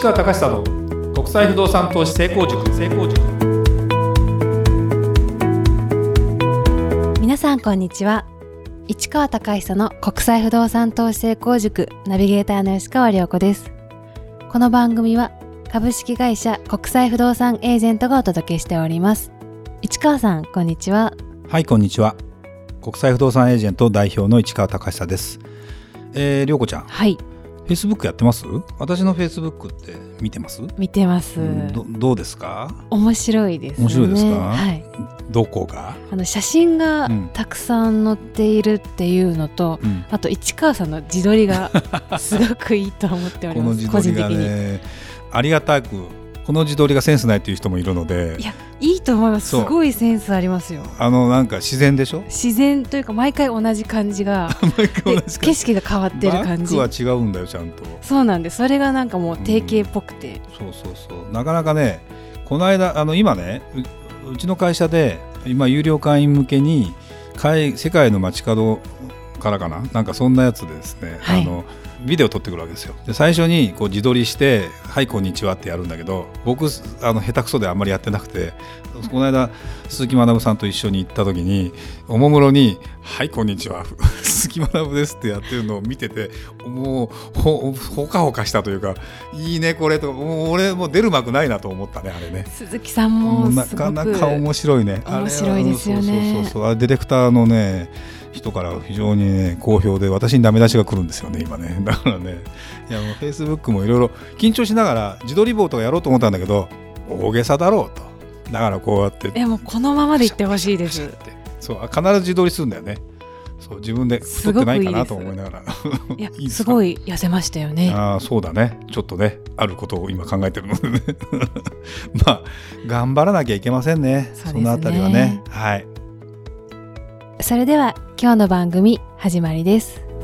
川隆久の国際不動産投資成功塾。 皆さんこんにちは。市川隆久の国際不動産投資成功塾ナビゲーターの吉川亮子です。この番組は株式会社国際不動産エージェントがお届けしております。市川さんこんにちは。 はい、こんにちは。国際不動産エージェント代表の市川隆久です。亮子ちゃん、 はい、 Facebook やってます？私の Facebook って見てます？ 見てます。 どうですか？ 面白いですね。 面白いですか？ はい。 どこが？ 写真がたくさん載っているっていうのと、あと市川さんの自撮りがすごくいいと思っております。 この自撮りがね、個人的にありがたく、この自撮りがセンスないっていう人もいるので、 いや、いいと思います。すごいセンスありますよ。 なんか自然でしょ？自然というか毎回同じ感じが景色が変わってる感じ。 バックは違うんだよ、ちゃんと。 そうなんです。それがなんかもう定型っぽくて、 そうなかなかね、この間今ね、うちの会社で今有料会員向けに世界の街角からかな、なんかそんなやつでですね、はい、ビデオ撮ってくるわけですよ。で最初にこう自撮りしてはいこんにちはってやるんだけど、僕下手くそであんまりやってなくて、この間鈴木学さんと一緒に行った時におもむろにはいこんにちは鈴木学ですってやってるのを見てて、もうほかほかしたというか、いいねこれとか、もう俺もう出る幕ないなと思ったね、あれね。 鈴木さんもすごくなかなか面白いね。 面白いですよね。 そうディレクターのね人から非常にね好評で、私にダメ出しが来るんですよね今ね。だからね、いやもう Facebook もいろいろ緊張しながら自撮り棒とかやろうと思ったんだけど、大げさだろうと。だからこうやって、 もうこのままでいってほしいです。 そう必ず自撮りするんだよね。そう自分で太ってないかなと思いながらいやすごい痩せましたよね。 そうだね、ちょっとねあることを今考えてるのでねまあ頑張らなきゃいけませんね。そのあたりはね。はい。 それでは今日の番組始まりです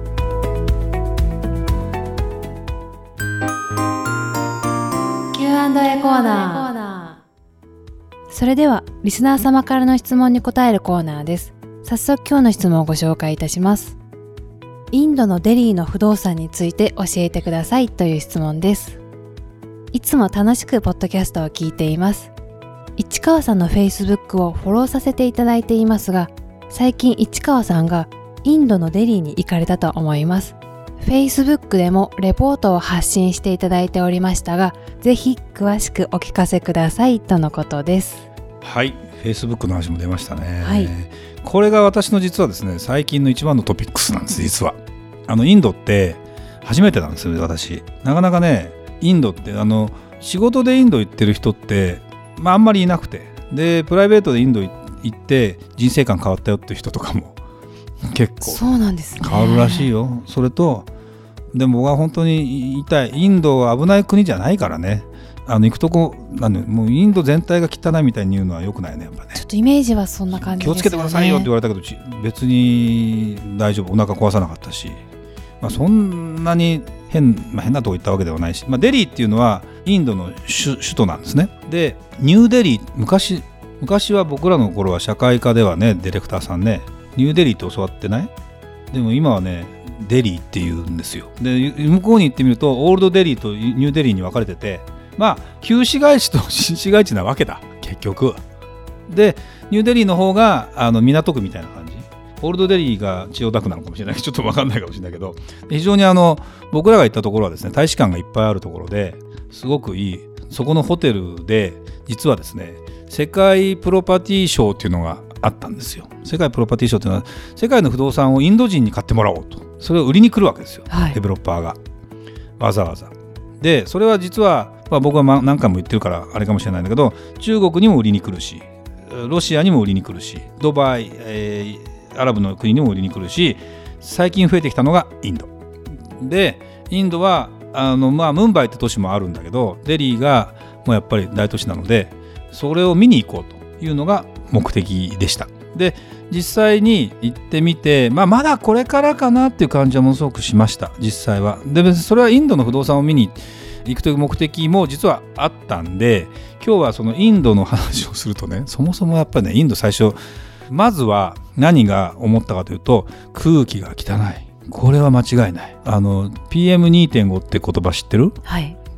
。Q&A コーナー。それではリスナー様からの質問に答えるコーナーです。早速今日の質問をご紹介いたします。インドのデリーの不動産について教えてくださいという質問です。いつも楽しくポッドキャストを聞いています。市川さんの Facebook をフォローさせていただいていますが、最近市川さんがインドのデリーに行かれたと思います。Facebook でもレポートを発信していただいておりましたが、ぜひ詳しくお聞かせくださいとのことです。 はい、Facebook の話も出ましたね。 はい、 これが私の実はですね、最近の一番のトピックスなんです。実はインドって初めてなんですよ私。なかなかね、インドって仕事でインド行ってる人って、あんまりいなくて、でプライベートでインド行って人生観変わったよっていう人とかも結構そうなんですね、 変わるらしいよ。それとでも僕は本当に言いたい、インドは危ない国じゃないからね。行くとこもうインド全体が汚いみたいに言うのは良くないね、やっぱね。 ちょっとイメージはそんな感じですよね。 気をつけてくださいよって言われたけど、別に大丈夫、お腹壊さなかったし、そんなに変なとこ行ったわけではないし、デリーっていうのはインドの首都なんですね。でニューデリー、昔は僕らの頃は社会科ではね、ディレクターさんね、ニューデリーって教わってない？でも今はねデリーって言うんですよ。で向こうに行ってみるとオールドデリーとニューデリーに分かれてて、旧市街地と新市街地なわけだ結局。でニューデリーの方が港区みたいな感じ、オールドデリーが千代田区なのかもしれない、ちょっと分かんないかもしれないけど、非常に僕らが行ったところはですね、大使館がいっぱいあるところですごくいい。そこのホテルで実はですね、世界プロパティ賞っていうのがあったんですよ。世界プロパティ賞っていうのは世界の不動産をインド人に買ってもらおうと、それを売りに来るわけですよ、 はい、 デベロッパーがわざわざ。でそれは実は、僕は何回も言ってるからあれかもしれないんだけど、中国にも売りに来るし、ロシアにも売りに来るし、ドバイ、アラブの国にも売りに来るし、最近増えてきたのがインドで、インドはムンバイって都市もあるんだけど、デリーがもうやっぱり大都市なので、それを見に行こうというのが目的でした。で実際に行ってみて、まだこれからかなっていう感じはものすごくしました、実際は。でそれはインドの不動産を見に行くという目的も実はあったんで、今日はそのインドの話をするとね、そもそもやっぱりね、インド最初まずは何が思ったかというと、空気が汚い。これは間違いない。PM2.5 って言葉知ってる？ はい。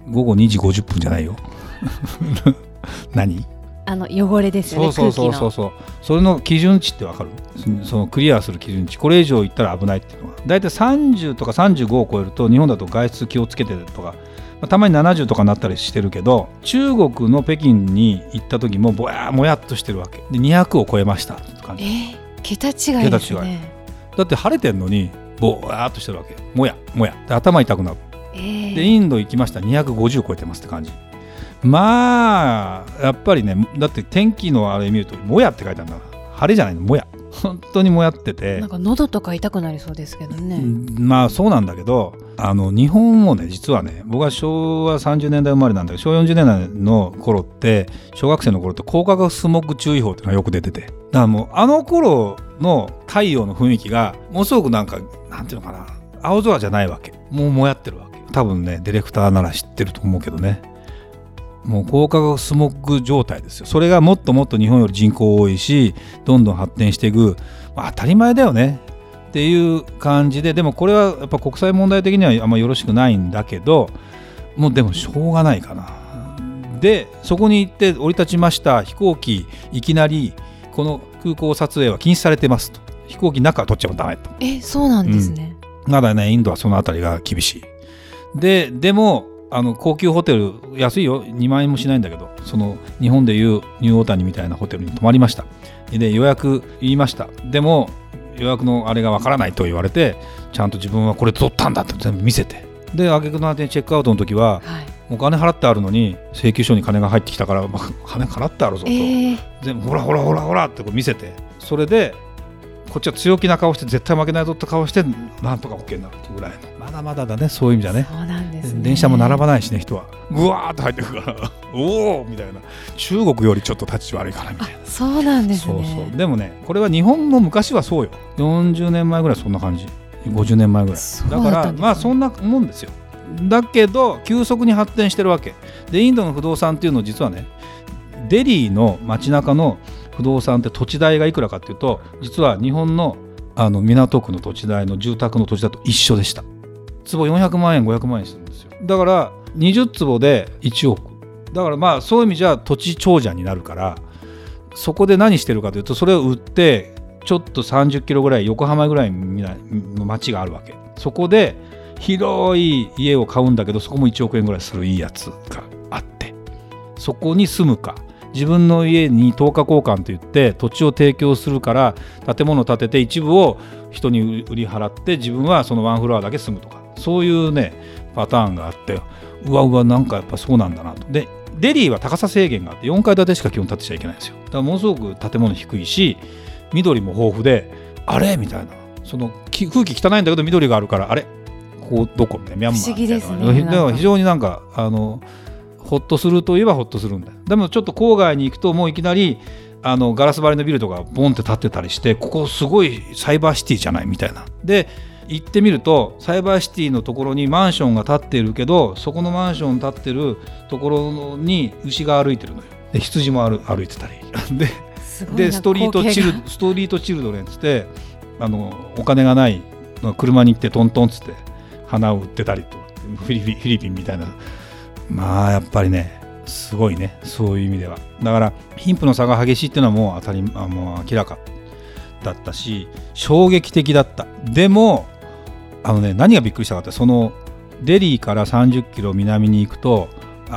午後2時50分じゃないよ何汚れですよね。 そうそれの基準値って分かる？そのクリアする基準値、これ以上いったら危ないっていうのはだいたい30とか35を超えると日本だと外出気をつけてとか、たまに70とかなったりしてるけど、中国の北京に行った時もぼやもやっとしてるわけで、200を超えましたって感じ。 桁違いですね。 だって晴れてんのにぼやっとしてるわけ。もやもやで頭痛くなる。でインド行きました、250超えてますって感じ。まあやっぱりね、だって天気のあれ見るともやって書いてあるんだから、晴れじゃないの、もや、本当にもやってて、 なんか喉とか痛くなりそうですけどね。 まあそうなんだけど、日本もね、実はね、僕は昭和30年代生まれなんだけど、昭和40年代の頃って、小学生の頃って光化スモッグ注意報っていうのがよく出てて、だからもう頃の太陽の雰囲気がものすごくなんていうのかな、青空じゃないわけ、もうもやってるわけ。多分ねディレクターなら知ってると思うけどね、もう光化スモッグ状態ですよ。それがもっともっと日本より人口多いし、どんどん発展していく、当たり前だよねっていう感じで、でもこれはやっぱ国際問題的にはあんまよろしくないんだけど、もうでもしょうがないかな。でそこに行って降り立ちました、飛行機いきなりこの空港撮影は禁止されてますと、飛行機の中は撮っちゃダメと。 そうなんですね。 まだねインドはそのあたりが厳しい。でも高級ホテル安いよ、2万円もしないんだけど、その日本でいうニューオータニみたいなホテルに泊まりました。で予約言いました。でも予約のあれがわからないと言われて、ちゃんと自分はこれ取ったんだって全部見せて、で挙句の果てにチェックアウトの時は、お金払ってあるのに請求書に金が入ってきたから、金払ってあるぞと、全部ほらってこう見せて、それでこっちは強気な顔して絶対負けないぞって顔してなんとか OK になるってぐらいの、まだまだだね、そういう意味じゃね。 そうなんですね。 電車も並ばないしね、人はぐわーっと入ってくるからおおみたいな、中国よりちょっと立ち悪いからみたいな。 そうなんですね。 そうでもね、これは日本の昔はそうよ。40年前ぐらいそんな感じ、50年前ぐらいだから、まあそんなもんですよ。だけど急速に発展してるわけで、インドの不動産っていうのは実はね、デリーの街中の不動産って土地代がいくらかっていうと、実は日本の港区の土地代の住宅の土地だと一緒でした。坪400万円500万円するんですよ。だから20坪で1億だから、まあそういう意味じゃ土地長者になるから、そこで何してるかというと、それを売ってちょっと30キロぐらい横浜ぐらいの町があるわけ。そこで広い家を買うんだけど、そこも1億円ぐらいするいいやつがあって、そこに住むか、自分の家に等価交換といって土地を提供するから建物を建てて一部を人に売り払って自分はそのワンフロアだけ住むとか、そういうねパターンがあって、うわなんかやっぱそうなんだなと。でデリーは高さ制限があって4階建てしか基本建てちゃいけないんですよ。だからものすごく建物低いし緑も豊富で、あれみたいな、その空気汚いんだけど緑があるから、あれここどこみたいな、ミャンマーみたいな。 不思議ですね。 だから非常になんかホッとするといえばホッとするんだよ。でもちょっと郊外に行くともういきなりガラス張りのビルとかボンって建ってたりして、ここすごいサイバーシティじゃないみたいな。で行ってみるとサイバーシティのところにマンションが建っているけど、そこのマンション建ってるところに牛が歩いてるのよ。で羊も歩いてたりでストリートチルドレンつってお金がない車に行ってトントンつって花を売ってたりと、フィリピンみたいな。まあやっぱりねすごいね、そういう意味では。だから貧富の差が激しいっていうのはもう明らかだったし衝撃的だった。でも何がびっくりしたかって、そのデリーから30キロ南に行くと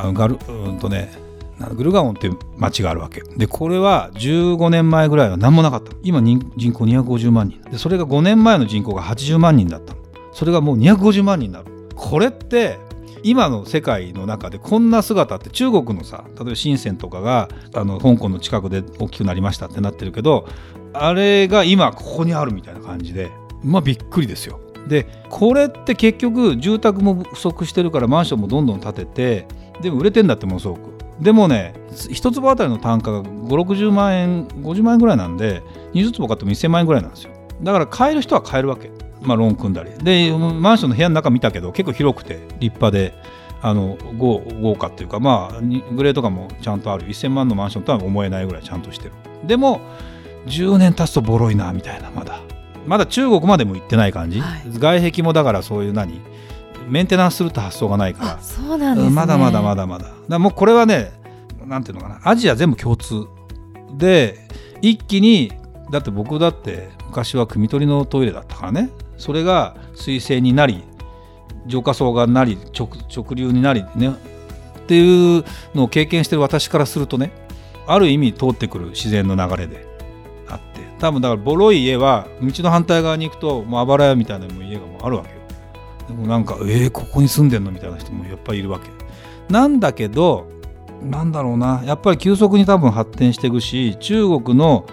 グルガオンっていう町があるわけで、これは15年前ぐらいは何もなかった。今人口250万人で、それが5年前の人口が80万人だった。それがもう250万人になる。これって今の世界の中でこんな姿って、中国のさ、例えば深センとかが香港の近くで大きくなりましたってなってるけど、あれが今ここにあるみたいな感じで、まあびっくりですよ。でこれって結局住宅も不足してるからマンションもどんどん建てて、でも売れてんだってものすごく。でもね、一坪あたりの単価が50万円ぐらいなんで、20坪買っても1000万円ぐらいなんですよ。だから買える人は買えるわけ。まあ、ローン組んだりで、マンションの部屋の中見たけど結構広くて立派で豪華っていうか、まあグレーとかもちゃんとある1000万のマンションとは思えないぐらいちゃんとしてる。でも10年経つとボロいなみたいな、まだ中国までも行ってない感じ、外壁もだからそういうメンテナンスするって発想がないから。 そうなんですね。 まだまだだからもうこれはね、なんていうのかな、アジア全部共通で、一気にだって僕だって昔は汲み取りのトイレだったからね、それが水性になり浄化層がなり直流になりねっていうのを経験してる私からするとね、ある意味通ってくる自然の流れであって、多分だからボロい家は道の反対側に行くともうあばら屋みたいな家がもうあるわけよ。でもなんかここに住んでんのみたいな人もやっぱりいるわけなんだけど、なんだろうな、やっぱり急速に多分発展していくし、中国の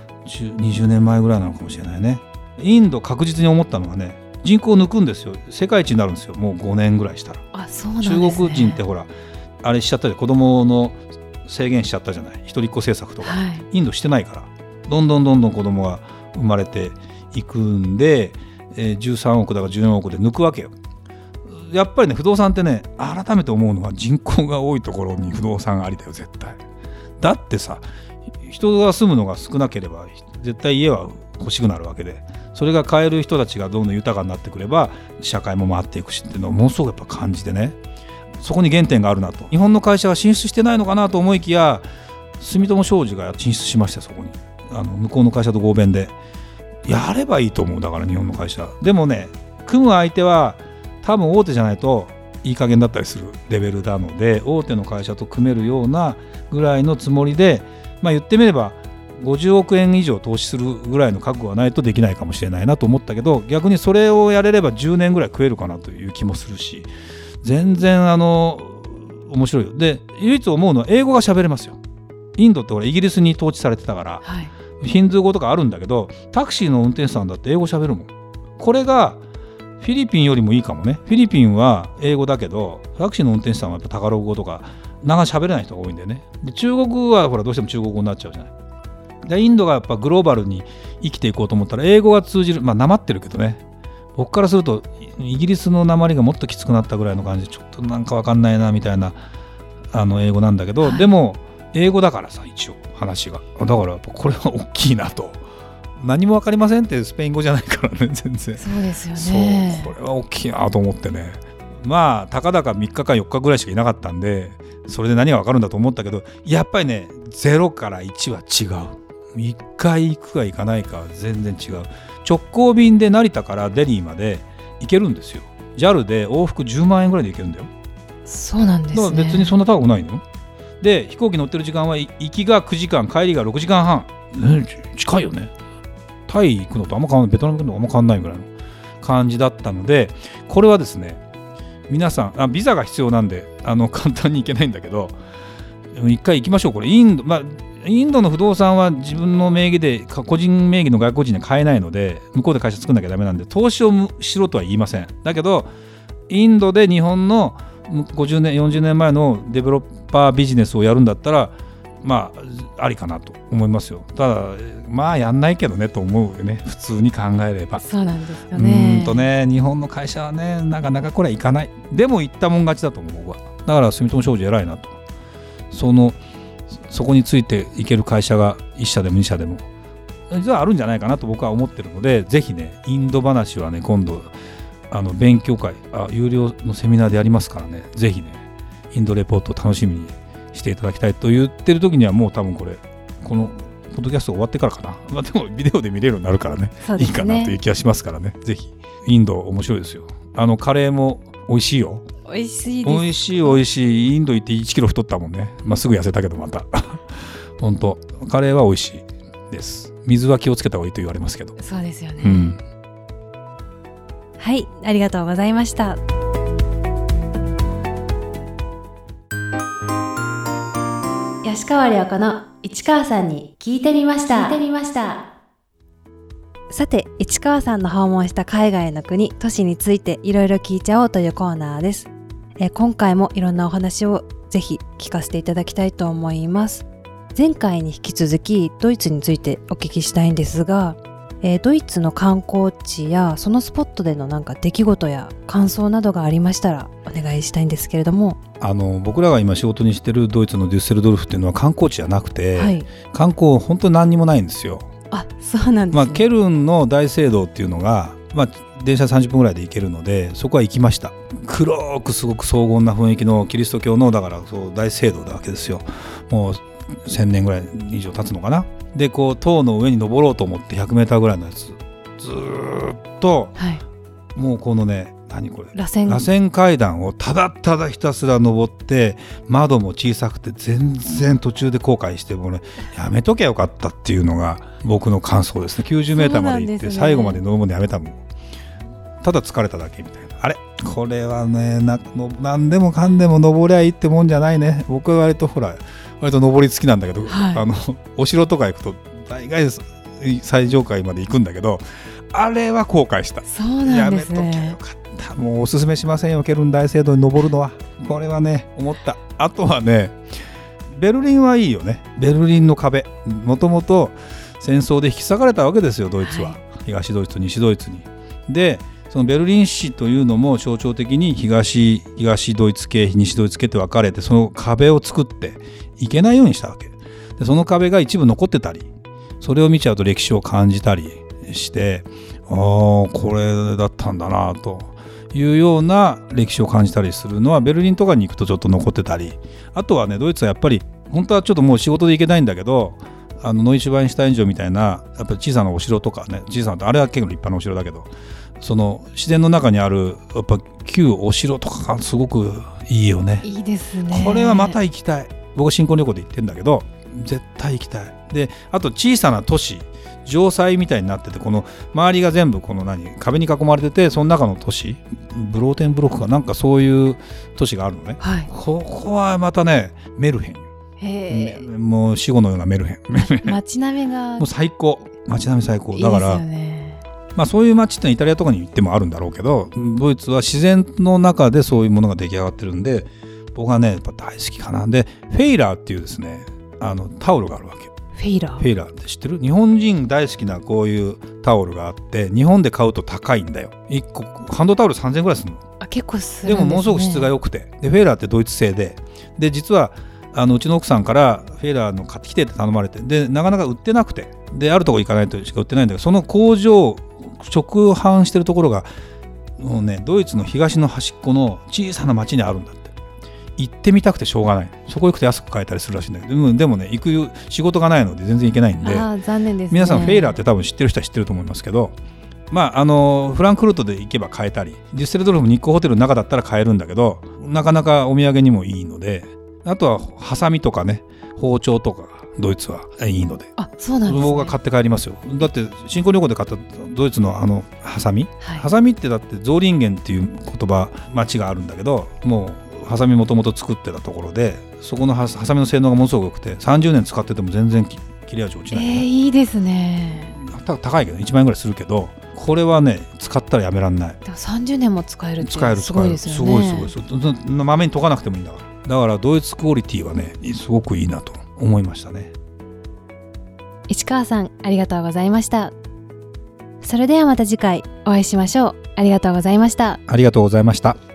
20年前ぐらいなのかもしれないね。インド確実に思ったのはね、人口を抜くんですよ。世界一になるんですよ、もう5年ぐらいしたら。 あ、そうなんですね。 中国人ってほらあれしちゃったり、子供の制限しちゃったじゃない、一人っ子政策とか、はい、インドしてないからどんどん子供が生まれていくんで、13億だか14億で抜くわけよ。やっぱりね、不動産ってね、改めて思うのは人口が多いところに不動産ありだよ絶対。だってさ、人が住むのが少なければ絶対家は欲しくなるわけで、それが買える人たちがどんどん豊かになってくれば社会も回っていくしっていうのをものすごくやっぱ感じてね、そこに原点があるなと。日本の会社が進出してないのかなと思いきや、住友商事が進出しましたよ、そこに。向こうの会社と合弁でやればいいと思う。だから日本の会社でもね、組む相手は多分大手じゃないといい加減だったりするレベルなので、大手の会社と組めるようなぐらいのつもりで、言ってみれば50億円以上投資するぐらいの覚悟はないとできないかもしれないなと思ったけど、逆にそれをやれれば10年ぐらい食えるかなという気もするし、全然面白いよ。で、唯一思うのは英語が喋れますよ。インドってほらイギリスに統治されてたから、はい、ヒンドゥー語とかあるんだけど、タクシーの運転手さんだって英語喋るもん。これがフィリピンよりもいいかもね。フィリピンは英語だけど、タクシーの運転手さんはやっぱタガログ語とかなかなか喋れない人が多いんだよね。で、中国はほらどうしても中国語になっちゃうじゃない。で、インドがやっぱグローバルに生きていこうと思ったら英語が通じる。なまってるけどね、僕からするとイギリスのなまりがもっときつくなったぐらいの感じで、ちょっとなんか分かんないなみたいな英語なんだけど、はい、でも英語だからさ、一応話がだからやっぱこれは大きいなと。何も分かりませんってスペイン語じゃないからね、全然。 そうですよね。 そう、これは大きいなと思ってね。たかだか3日か4日ぐらいしかいなかったんで、それで何が分かるんだと思ったけど、やっぱりね、0から1は違う。1回行くか行かないかは全然違う。直行便で成田からデリーまで行けるんですよ。 JAL で往復10万円ぐらいで行けるんだよ。 そうなんですね。 だから別にそんな高くないのよ。で、飛行機乗ってる時間は行きが9時間帰りが6時間半、近いよね。タイ行くのとあんま変わんない、ベトナム行くのとあんま変わんないぐらいの感じだったので、これはですね、皆さんビザが必要なんで簡単に行けないんだけど、一回行きましょう。これインドの不動産は自分の名義で個人名義の外国人には買えないので、向こうで会社作んなきゃダメなんで投資をしろとは言いません。だけどインドで日本の50年40年前のデベロッパービジネスをやるんだったらありかなと思いますよ。ただやんないけどねと思うよね、普通に考えれば。 そうなんですよね。 日本の会社はね、なかなかこれはいかない。でも行ったもん勝ちだと思う。僕はだから住友商事偉いなと。そこについていける会社が1社でも2社でも実はあるんじゃないかなと僕は思ってるので、ぜひね、インド話はね、今度勉強会有料のセミナーでやりますからね、ぜひね、インドレポートを楽しみにしていただきたいと言ってる時には、もう多分このポッドキャスト終わってからかな。でもビデオで見れるようになるからね、いいかなという気がしますからね。ぜひインド面白いですよ。カレーも美味しいよ。 美味しいです。 美味しい。インド行って1キロ太ったもんね。すぐ痩せたけどまた本当カレーは美味しいです。水は気をつけた方がいいと言われますけど。 そうですよね、はい、ありがとうございました。吉川亮子の市川さんに聞いてみました。さて、市川さんの訪問した海外の国、都市についていろいろ聞いちゃおうというコーナーです。今回もいろんなお話をぜひ聞かせていただきたいと思います。前回に引き続きドイツについてお聞きしたいんですが、ドイツの観光地やそのスポットでの出来事や感想などがありましたらお願いしたいんですけれども。 僕らが今仕事にしてるドイツのデュッセルドルフっていうのは観光地じゃなくて、 はい、 観光本当に何にもないんですよ。 あ、そうなんですね。 ケルンの大聖堂っていうのが、 電車30分ぐらいで行けるのでそこは行きました。黒くすごく荘厳な雰囲気のキリスト教のだからそう大聖堂なわけですよ。もう1000年ぐらい以上経つのかな。でこう塔の上に登ろうと思って100メーターぐらいのやつずっと、はい、もうこのね何これ螺旋階段をただただひたすら登って窓も小さくて全然途中で後悔してもうねやめときゃよかったっていうのが僕の感想ですね。90メーターまで行って最後まで登るのやめたもん。ただ疲れただけみたいな。あれこれはね何でもかんでも登りゃいいってもんじゃないね。僕は割と登り好きなんだけど、はい、お城とか行くと大概最上階まで行くんだけどあれは後悔した。 そうなんですね。 やめときゃよかった。もうおすすめしませんよケルン大聖堂に登るのは。これはね思った。あとはねベルリンはいいよね。ベルリンの壁もともと戦争で引き裂かれたわけですよドイツは、はい、東ドイツと西ドイツに。でそのベルリン市というのも象徴的に東ドイツ系西ドイツ系って分かれてその壁を作っていけないようにしたわけで、その壁が一部残ってたりそれを見ちゃうと歴史を感じたりしてこれだったんだなというような歴史を感じたりするのはベルリンとかに行くとちょっと残ってたり、あとはねドイツはやっぱり本当はちょっともう仕事で行けないんだけどノイシュバインシュタイン城みたいなやっぱり小さなお城とかね、小さなってあれは結構立派なお城だけどその自然の中にあるやっぱ旧お城とかがすごくいいよね。 いいですね。 これはまた行きたい。僕新婚旅行で行ってんだけど絶対行きたい。であと小さな都市城塞みたいになっててこの周りが全部この壁に囲まれててその中の都市ブローテンブロックかなんかそういう都市があるのね、はい、ここはまたねメルヘンもう死後のようなメルヘン街並みがもう最高。街並み最高だからいいですよね。 そういう街ってイタリアとかに行ってもあるんだろうけどドイツは自然の中でそういうものが出来上がってるんで僕はねやっぱ大好きかな。でフェイラーっていうですねタオルがあるわけ。 フェイラーって知ってる？日本人大好きなこういうタオルがあって日本で買うと高いんだよ。1個ハンドタオル3000円ぐらいするの。 結構するんですね。 でもものすごく質が良くてでフェイラーってドイツ製で実はうちの奥さんからフェイラーの買ってきてって頼まれてでなかなか売ってなくてであるとこ行かないとしか売ってないんだけどその工場直販してるところがもうねドイツの東の端っこの小さな町にあるんだって。行ってみたくてしょうがない。そこ行くと安く買えたりするらしいんだけどでもね行く仕事がないので全然行けないんで残念ですね。 皆さんフェイラーって多分知ってる人は知ってると思いますけどフランクフルトで行けば買えたりデュッセルドルフ日光ホテルの中だったら買えるんだけどなかなかお土産にもいいのであとはハサミとかね包丁とかドイツはいいのでそうなんですね。 僕が買って帰りますよ。だって新婚旅行で買ったドイツのハサミ、はい、ハサミってだってゾーリンゲンっていう言葉町があるんだけどもうハサミもともと作ってたところでそこのハサミの性能がものすごく良くて30年使ってても全然切れ味落ちない、 いいですね。 高いけど1万円ぐらいするけどこれはね使ったらやめらんない。 30年も使えるってすごいですよね。 すごいまめに溶かなくてもいいんだから。だからドイツクオリティはねすごくいいなと思いましたね。 市川さんありがとうございました。それではまた次回お会いしましょう。ありがとうございました。 ありがとうございました。